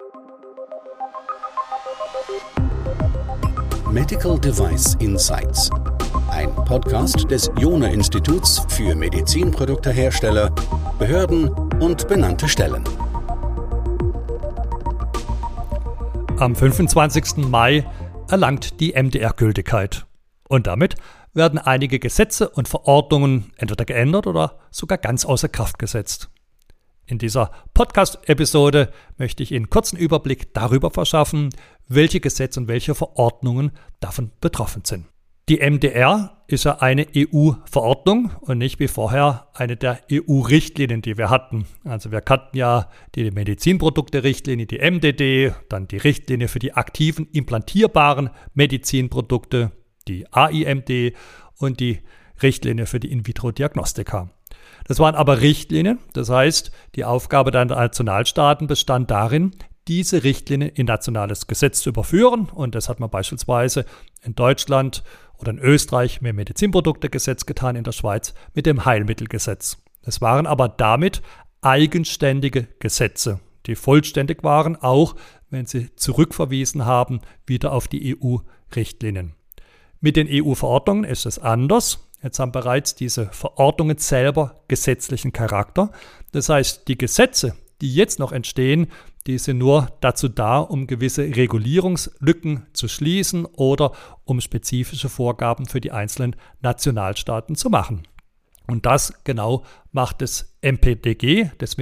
Medical Device Insights, ein Podcast des Jona-Instituts für Medizinproduktehersteller, Behörden und benannte Stellen. Am 25. Mai erlangt die MDR Gültigkeit. Und damit werden einige Gesetze und Verordnungen entweder geändert oder sogar ganz außer Kraft gesetzt. In dieser Podcast-Episode möchte ich Ihnen einen kurzen Überblick darüber verschaffen, welche Gesetze und welche Verordnungen davon betroffen sind. Die MDR ist ja eine EU-Verordnung und nicht wie vorher eine der EU-Richtlinien, die wir hatten. Also wir kannten ja die Medizinprodukte-Richtlinie, die MDD, dann die Richtlinie für die aktiven implantierbaren Medizinprodukte, die AIMD und die Richtlinie für die In-vitro-Diagnostika. Das waren aber Richtlinien, das heißt, die Aufgabe der Nationalstaaten bestand darin, diese Richtlinie in nationales Gesetz zu überführen. Und das hat man beispielsweise in Deutschland oder in Österreich mit dem Medizinproduktegesetz getan, in der Schweiz mit dem Heilmittelgesetz. Es waren aber damit eigenständige Gesetze, die vollständig waren, auch wenn sie zurückverwiesen haben wieder auf die EU-Richtlinien. Mit den EU-Verordnungen ist es anders. Jetzt haben bereits diese Verordnungen selber gesetzlichen Charakter. Das heißt, die Gesetze, die jetzt noch entstehen, die sind nur dazu da, um gewisse Regulierungslücken zu schließen oder um spezifische Vorgaben für die einzelnen Nationalstaaten zu machen. Und das genau macht das MPDG, das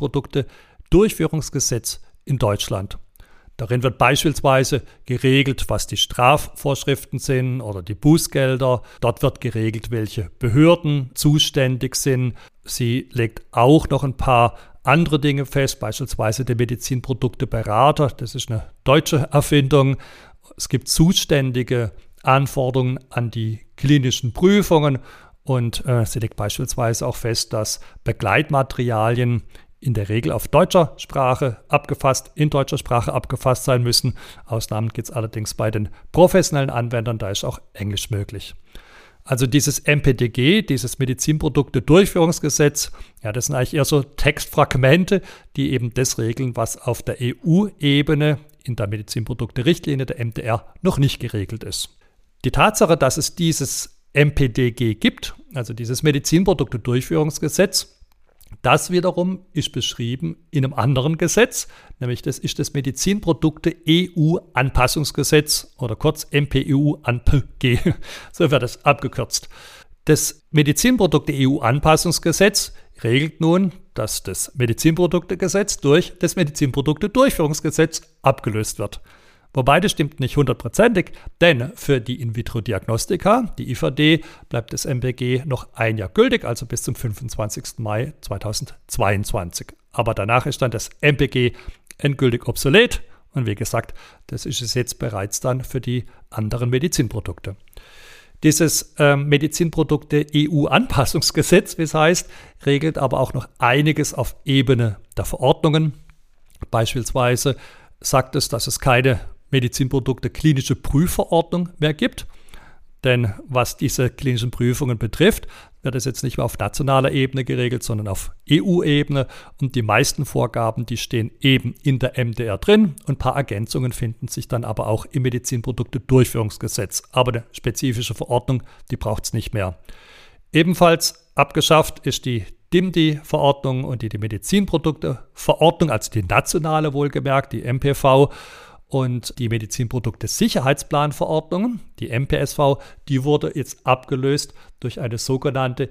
Medizinprodukte-Durchführungsgesetz in Deutschland. Darin wird beispielsweise geregelt, was die Strafvorschriften sind oder die Bußgelder. Dort wird geregelt, welche Behörden zuständig sind. Sie legt auch noch ein paar andere Dinge fest, beispielsweise der Medizinprodukteberater. Das ist eine deutsche Erfindung. Es gibt zuständige Anforderungen an die klinischen Prüfungen und sie legt beispielsweise auch fest, dass Begleitmaterialien in der Regel in deutscher Sprache abgefasst sein müssen. Ausnahmen gibt es allerdings bei den professionellen Anwendern, da ist auch Englisch möglich. Also dieses MPDG, dieses Medizinprodukte-Durchführungsgesetz, ja, das sind eigentlich eher so Textfragmente, die eben das regeln, was auf der EU-Ebene in der Medizinprodukte-Richtlinie der MDR noch nicht geregelt ist. Die Tatsache, dass es dieses MPDG gibt, also dieses Medizinprodukte-Durchführungsgesetz, das wiederum ist beschrieben in einem anderen Gesetz, nämlich das ist das Medizinprodukte-EU-Anpassungsgesetz oder kurz MPEU-ANPG, so wird es abgekürzt. Das Medizinprodukte-EU-Anpassungsgesetz regelt nun, dass das Medizinproduktegesetz durch das Medizinprodukte-Durchführungsgesetz abgelöst wird. Wobei das stimmt nicht hundertprozentig, denn für die In-vitro-Diagnostika, die IVD, bleibt das MPG noch ein Jahr gültig, also bis zum 25. Mai 2022. Aber danach ist dann das MPG endgültig obsolet und wie gesagt, das ist es jetzt bereits dann für die anderen Medizinprodukte. Dieses Medizinprodukte-EU-Anpassungsgesetz, wie es heißt, regelt aber auch noch einiges auf Ebene der Verordnungen. Beispielsweise sagt es, dass es keine Medizinprodukte klinische Prüfverordnung mehr gibt. Denn was diese klinischen Prüfungen betrifft, wird es jetzt nicht mehr auf nationaler Ebene geregelt, sondern auf EU-Ebene. Und die meisten Vorgaben, die stehen eben in der MDR drin. Und ein paar Ergänzungen finden sich dann aber auch im Medizinprodukte-Durchführungsgesetz. Aber eine spezifische Verordnung, die braucht es nicht mehr. Ebenfalls abgeschafft ist die DIMDI-Verordnung und die Medizinprodukte-Verordnung, also die nationale wohlgemerkt, die MPV, und die Medizinprodukte-Sicherheitsplanverordnung, die MPSV, die wurde jetzt abgelöst durch eine sogenannte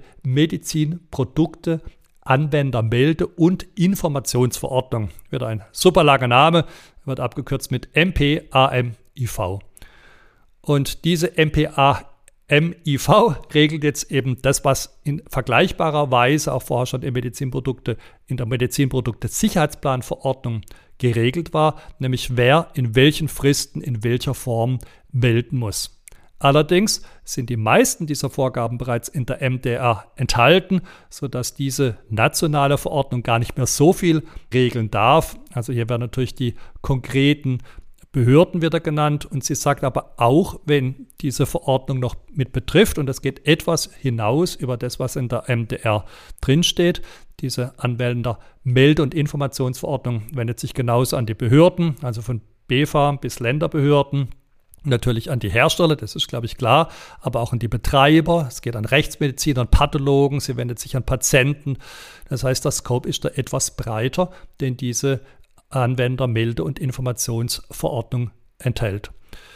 Medizinprodukte-Anwendermelde- und Informationsverordnung. Wieder ein super langer Name, wird abgekürzt mit MPAMIV. Und diese MPAMIV regelt jetzt eben das, was in vergleichbarer Weise auch vorher schon in der Medizinprodukte-Sicherheitsplanverordnung geregelt war, nämlich wer in welchen Fristen in welcher Form melden muss. Allerdings sind die meisten dieser Vorgaben bereits in der MDR enthalten, sodass diese nationale Verordnung gar nicht mehr so viel regeln darf. Also hier werden natürlich die konkreten Behörden wieder genannt und sie sagt aber auch, wenn diese Verordnung noch mit betrifft, und das geht etwas hinaus über das, was in der MDR drinsteht, diese Anwendermelde- und Informationsverordnung wendet sich genauso an die Behörden, also von BfA bis Länderbehörden, natürlich an die Hersteller, das ist, glaube ich, klar, aber auch an die Betreiber. Es geht an Rechtsmediziner und Pathologen, sie wendet sich an Patienten. Das heißt, der Scope ist da etwas breiter, den diese Anwendermelde- und Informationsverordnung enthält.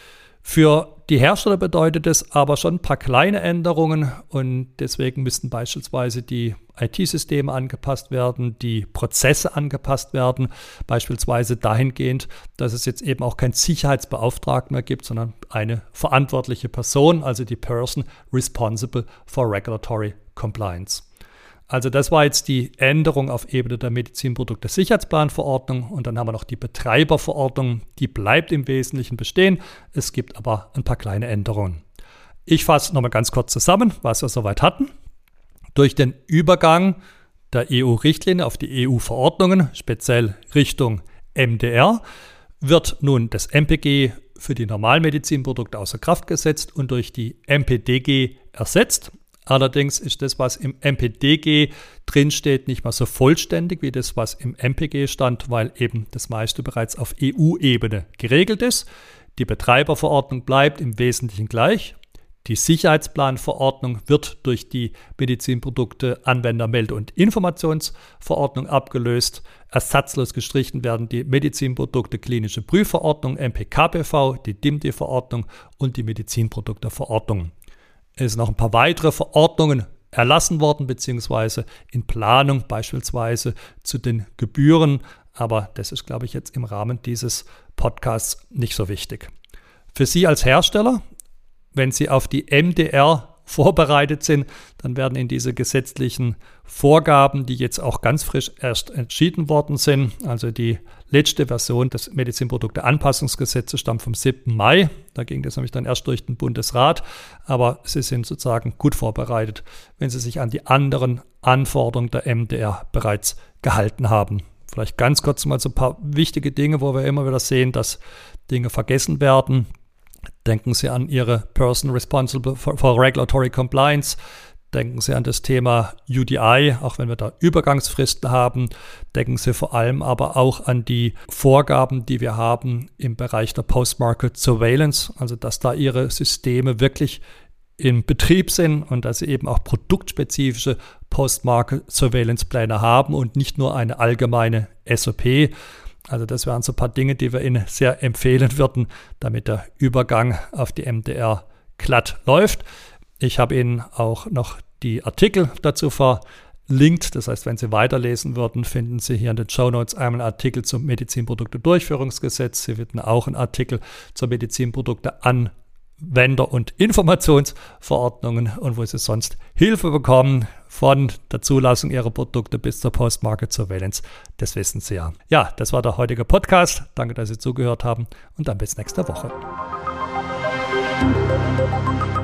Für die Hersteller bedeutet es aber schon ein paar kleine Änderungen und deswegen müssten beispielsweise die IT-Systeme angepasst werden, die Prozesse angepasst werden, beispielsweise dahingehend, dass es jetzt eben auch keinen Sicherheitsbeauftragten mehr gibt, sondern eine verantwortliche Person, also die Person Responsible for Regulatory Compliance. Also das war jetzt die Änderung auf Ebene der Medizinprodukte-Sicherheitsplanverordnung und dann haben wir noch die Betreiberverordnung, die bleibt im Wesentlichen bestehen. Es gibt aber ein paar kleine Änderungen. Ich fasse nochmal ganz kurz zusammen, was wir soweit hatten. Durch den Übergang der EU-Richtlinie auf die EU-Verordnungen, speziell Richtung MDR, wird nun das MPG für die Normalmedizinprodukte außer Kraft gesetzt und durch die MPDG ersetzt. Allerdings ist das, was im MPDG drinsteht, nicht mal so vollständig wie das, was im MPG stand, weil eben das meiste bereits auf EU-Ebene geregelt ist. Die Betreiberverordnung bleibt im Wesentlichen gleich. Die Sicherheitsplanverordnung wird durch die Medizinprodukte Anwendermelde- und Informationsverordnung abgelöst. Ersatzlos gestrichen werden die Medizinprodukte Klinische Prüfverordnung, MPKPV, die DIMD-Verordnung und die Medizinprodukteverordnung. Es sind noch ein paar weitere Verordnungen erlassen worden, beziehungsweise in Planung, beispielsweise zu den Gebühren. Aber das ist, glaube ich, jetzt im Rahmen dieses Podcasts nicht so wichtig. Für Sie als Hersteller, wenn Sie auf die MDR vorbereitet sind, dann werden Ihnen diese gesetzlichen Vorgaben, die jetzt auch ganz frisch erst entschieden worden sind, also die letzte Version des Medizinprodukte-Anpassungsgesetzes stammt vom 7. Mai. Da ging das nämlich dann erst durch den Bundesrat. Aber Sie sind sozusagen gut vorbereitet, wenn Sie sich an die anderen Anforderungen der MDR bereits gehalten haben. Vielleicht ganz kurz mal so ein paar wichtige Dinge, wo wir immer wieder sehen, dass Dinge vergessen werden. Denken Sie an Ihre Person Responsible for Regulatory Compliance. Denken Sie an das Thema UDI, auch wenn wir da Übergangsfristen haben. Denken Sie vor allem aber auch an die Vorgaben, die wir haben im Bereich der Post-Market Surveillance, also dass da Ihre Systeme wirklich in Betrieb sind und dass Sie eben auch produktspezifische Post-Market Surveillance-Pläne haben und nicht nur eine allgemeine SOP. Also das wären so ein paar Dinge, die wir Ihnen sehr empfehlen würden, damit der Übergang auf die MDR glatt läuft. Ich habe Ihnen auch noch die Artikel dazu verlinkt. Das heißt, wenn Sie weiterlesen würden, finden Sie hier in den Shownotes einmal einen Artikel zum Medizinprodukte-Durchführungsgesetz. Sie finden auch einen Artikel zur Medizinprodukte-Anwender- und Informationsverordnungen und wo Sie sonst Hilfe bekommen von der Zulassung Ihrer Produkte bis zur Post-Market Surveillance. Das wissen Sie ja. Ja, das war der heutige Podcast. Danke, dass Sie zugehört haben und dann bis nächste Woche.